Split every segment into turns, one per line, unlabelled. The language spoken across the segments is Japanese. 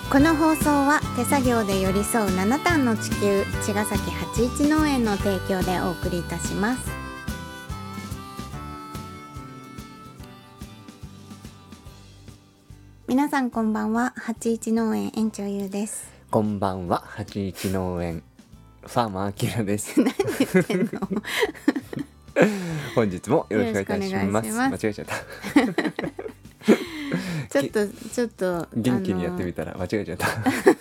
この放送は手作業で寄り添う7単の地球茅ヶ崎八一農園の提供でお送りいたします。皆さんこんばんは。八一農園園長ゆうです。
こんばんは。八一農園ファーマーアキラです。
何言ってんの
本日もよろしくお願いいたします。間違えちゃった
ちょっと
元気にやってみたら間違えちゃった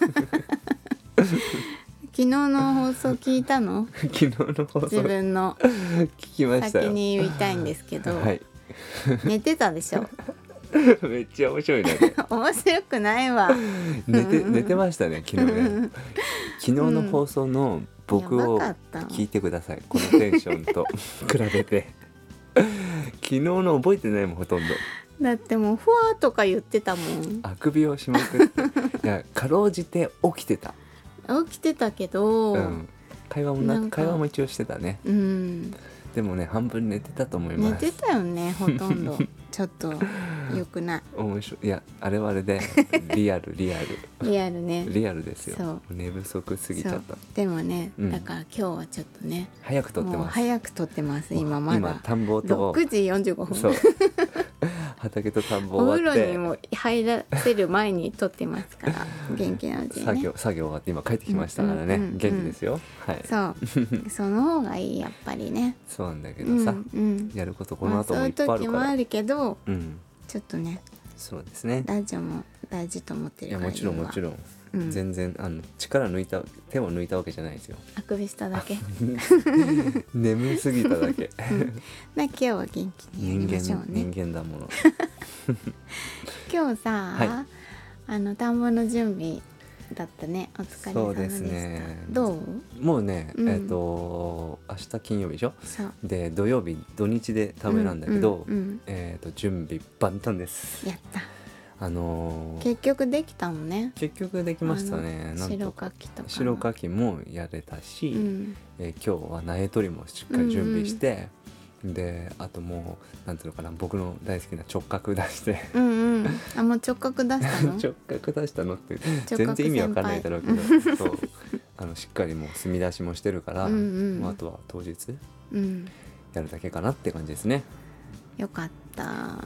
昨日の放送聞いたの？
昨日の放送
自分の
聞きましたよ。
先に言いたいんですけど、
はい、
寝てたでしょ
めっちゃ面白いね
面白くないわ
寝てましたね昨日ね昨日の放送の僕を聞いてください。このテンションと比べて昨日の覚えてないもんほとんど。
だってもうふわーとか言ってたもん。
あくびをしまくっていやかろうじて起きてた
けど、
会話も一応してたね、でもね半分寝てたと思います。
寝てたよねほとんどちょっと良くない。
面白い。いやあれはあれでリアル
リアルね。
リアルですよ。
そう
寝不足すぎちゃった。
でもね、だから今日はちょっとね
早く撮ってます。
もう早く撮ってます。今まだ
田んぼと
6時45分
そう畑と田んぼ
お
終わって
風呂にも入らせる前に撮ってますから元気なうちにね
作業終わって今帰ってきましたからね、元気ですよ。はい。
そうその方がいいやっぱりね。
そうなんだけどさ、やることこの後もいっぱいあるから、
そういう時もあるけど、ちょっとね
そうですね。
ラジオも大事と思ってるから。
いやもちろん、全然手を抜いたわけじゃないですよ。
あくびしただけ
眠すぎただけ、
今日は元気にやりましょうね。
人間だもの
今日さ、田んぼの準備だったね。お疲れ様でした。
そうですね。
どう？
もうね、明日金曜日でしょ。で土日で田植えなんだけど、準備万端です。
やった。
結
局できたのね。
結局できましたね。
白かきとか
白かきもやれたし、今日は苗取りもしっかり準備して、であともうなんていうのかな、僕の大好きな直角出して
あ、もう直角出したの
直角出したのって全然意味わかんないだろうけどそうしっかりもう墨出しもしてるから、あとは当日やるだけかなって感じですね。
よかった。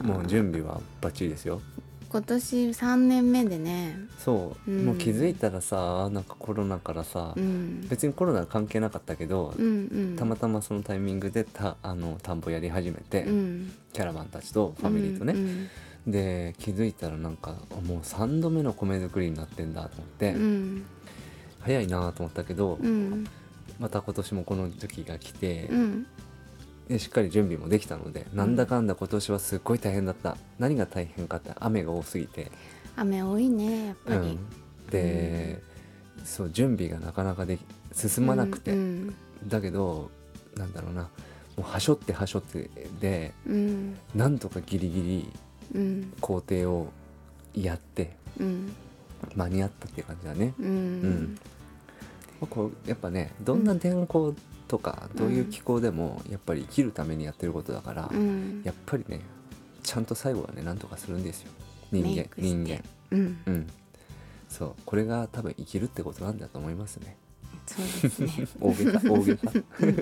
もう準備はバッチリですよ。
今年3年目でね。
そう、もう気づいたらさ、なんかコロナからさ、別にコロナ関係なかったけど、たまたまそのタイミングで田んぼやり始めて、キャラバンたちとファミリーとね、で気づいたらなんかもう3度目の米作りになってんだと思って、早いなと思ったけど、また今年もこの時が来て、でしっかり準備もできたので、なんだかんだ今年はすっごい大変だった。何が大変かって雨が多すぎて。
雨多いねやっぱり。
で、そう準備がなかなか進まなくて、だけどなんだろうな、もうはしょってで、なんとかギリギリ工程をやって、間に合ったっていう感じだね。こうやっぱね、どんな天候とかどういう気候でもやっぱり生きるためにやってることだから、やっぱりねちゃんと最後はねなんとかするんですよ、人間。そうこれが多分生きるってことなんだと思いますね。
そうですね
大げさ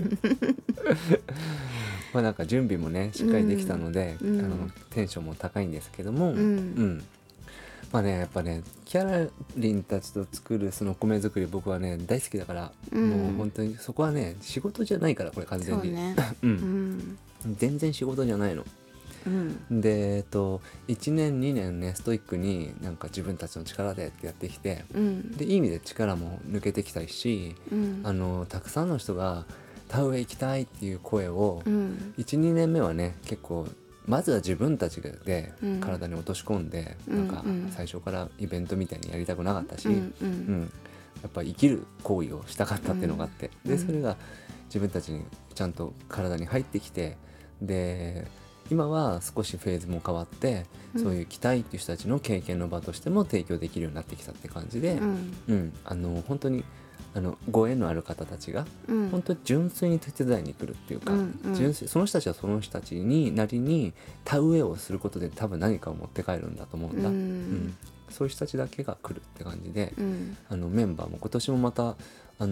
まあなんか準備もねしっかりできたので、テンションも高いんですけども、まあねやっぱねキャラリンたちと作るその米作り僕はね大好きだから、もう本当にそこはね仕事じゃないから、これ完全に、全然仕事じゃないの。で1年2年ねストイックになんか自分たちの力でってやってきて、でいい意味で力も抜けてきたし、たくさんの人が田植え行きたいっていう声を、1,2 年目はね結構まずは自分たちで体に落とし込んで、なんか最初からイベントみたいにやりたくなかったし、やっぱ生きる行為をしたかったっていうのがあって、でそれが自分たちにちゃんと体に入ってきて、で今は少しフェーズも変わって、そういう期待っていう人たちの経験の場としても提供できるようになってきたって感じで、本当にご縁のある方たちが、本当に純粋に手伝いに来るっていうか、その人たちはその人たちになりに田植えをすることで多分何かを持って帰るんだと思うんだ、 そういう人たちだけが来るって感じで、
うん、
メンバーも今年もまた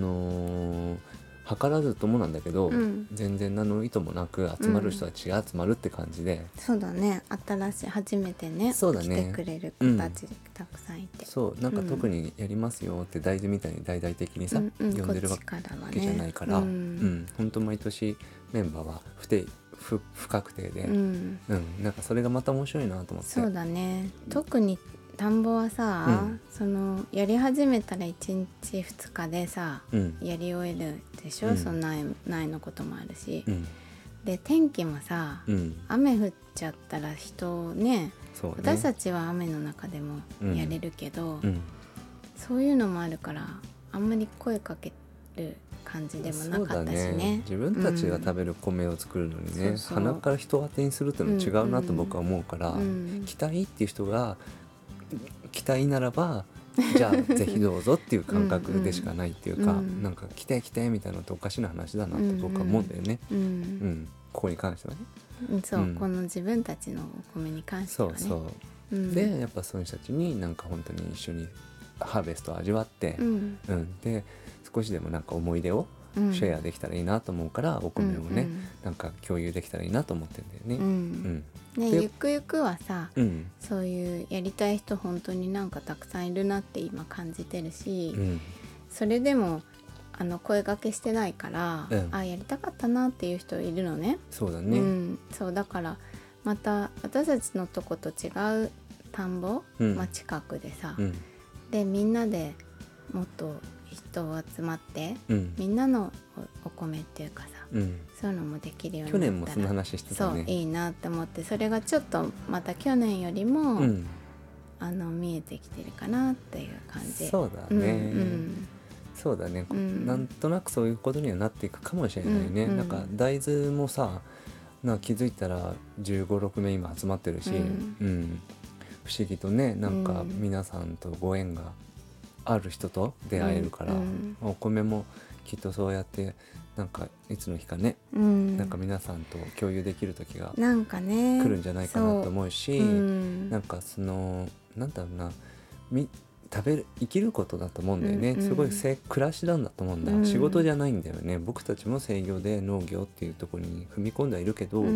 図らずともなんだけど、
うん、
全然何の意図もなく集まる人たちが集まるって感じで、
そうだね、新しい初めてね、
そうだね、
来てくれる子たちたくさんいて、
そうなんか特にやりますよって大豆みたいに大々的にさ、呼んでるわけじゃないから、本当毎年メンバーは不確定で、なんかそれがまた面白いなと思って。
そうだね、特に田んぼはさ、そのやり始めたら1日2日でさ、やり終えるでしょ、そんなないのこともあるし、で天気もさ、雨降っちゃったら人ね、私たちは雨の中でもやれるけど、そういうのもあるからあんまり声かける感じでもなかったし ね、
自分たちが食べる米を作るのにね、鼻から人当てにするっていうのは違うなと僕は思うから、来たいっていう人が来たいならばじゃあぜひどうぞっていう感覚でしかないっていうか、なんか来て来てみたいなのっておかしな話だなって僕は思うんだよね、ここに関してはね、
そう、この自分たちのお米に関してはね、
でやっぱそういう人たちになんか本当に一緒にハーベストを味わって、で少しでもなんか思い出をシェアできたらいいなと思うから、お米をね、なんか共有できたらいいなと思ってるんだよね。
ゆくゆくはさ、そういうやりたい人本当になんかたくさんいるなって今感じてるし、それでも声掛けしてないから、やりたかったなっていう人いるのね。
そうだね、
そうだからまた私たちのとこと違う田んぼ、近くでさ、でみんなでもっと人を集まって、みんなのお米っていうかさ、そういうのもできるようになったら、
去年もその話してたね。
そういいなって思って、それがちょっとまた去年よりも、見えてきてるかなっていう感じ。
そうだね、そうだね、なんとなくそういうことにはなっていくかもしれないね、なんか大豆もさ、気づいたら15、6名今集まってるし、不思議とね、なんか皆さんとご縁がある人と出会えるから、お米もきっとそうやってなんかいつの日かね、なんか皆さんと共有できる時が
なんかね
来るんじゃないかなと思うし、なんかそのなんだろうな、生きることだと思うんだよね、すごい暮らしなんだと思うんだ、仕事じゃないんだよね。僕たちも制御で農業っていうところに踏み込んではいるけど、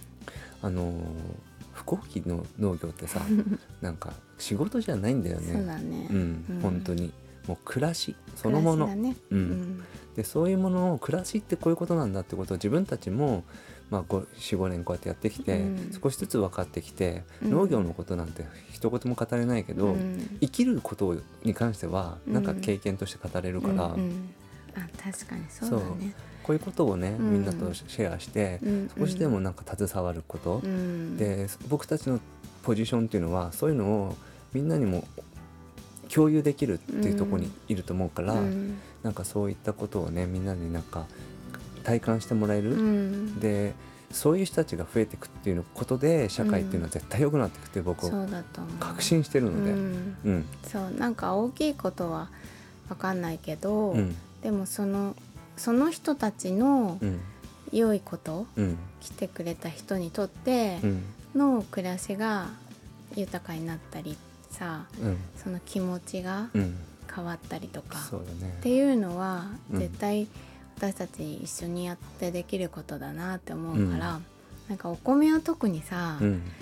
不幸期の農業ってさなんか仕事じゃないんだよね。
そうだね、
本当にもう暮らしそのもの、でそういうものを暮らしってこういうことなんだってことを自分たちも、4、5年こうやってやってきて、少しずつ分かってきて、農業のことなんて一言も語れないけど、生きることに関してはなんか経験として語れるから、
確かにそうだね。
こういうことをね、みんなとシェアして、少しでもなんか携わること、で僕たちのポジションっていうのはそういうのをみんなにも共有できるっていうところにいると思うから、なんかそういったことをねみんなになんか体感してもらえる、でそういう人たちが増えていくっていうことで社会っていうのは絶対良くなっていくって僕は確信してるので、
そうなんか大きいことは分かんないけど、でもその人たちの良いこと、来てくれた人にとっての暮らしが豊かになったりさ、その気持ちが変わったりとか、っていうのは絶対私たち一緒にやってできることだなって思うから、なんかお米は特にさ、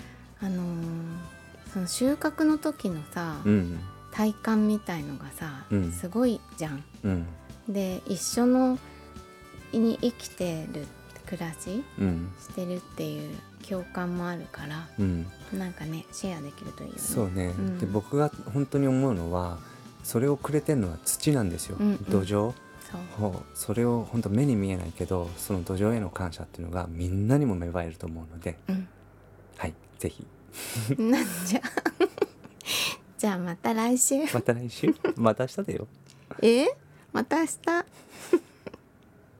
その収穫の時のさ、体感みたいのがさ、すごいじゃん。で一緒に生きてる暮らし、してるっていう共感もあるから、なんかねシェアできるといいよね。
そうね、で僕が本当に思うのはそれをくれてるのは土なんですよ、土壌。それを本当目に見えないけどその土壌への感謝っていうのがみんなにも芽生えると思うので、はいぜひ
なんじゃじゃあまた来週
また明日だよ。
また明日